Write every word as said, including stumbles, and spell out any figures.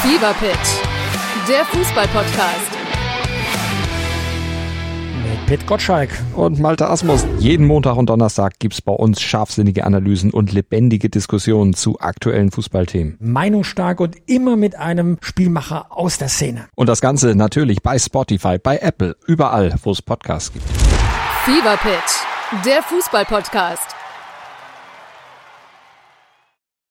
Fever Pitch, der Fußball-Podcast. Mit Pit Gottschalk und Malte Asmus. Jeden Montag und Donnerstag gibt's bei uns scharfsinnige Analysen und lebendige Diskussionen zu aktuellen Fußballthemen. Meinungsstark und immer mit einem Spielmacher aus der Szene. Und das Ganze natürlich bei Spotify, bei Apple, überall, wo es Podcasts gibt. Fever Pitch, der Fußball-Podcast.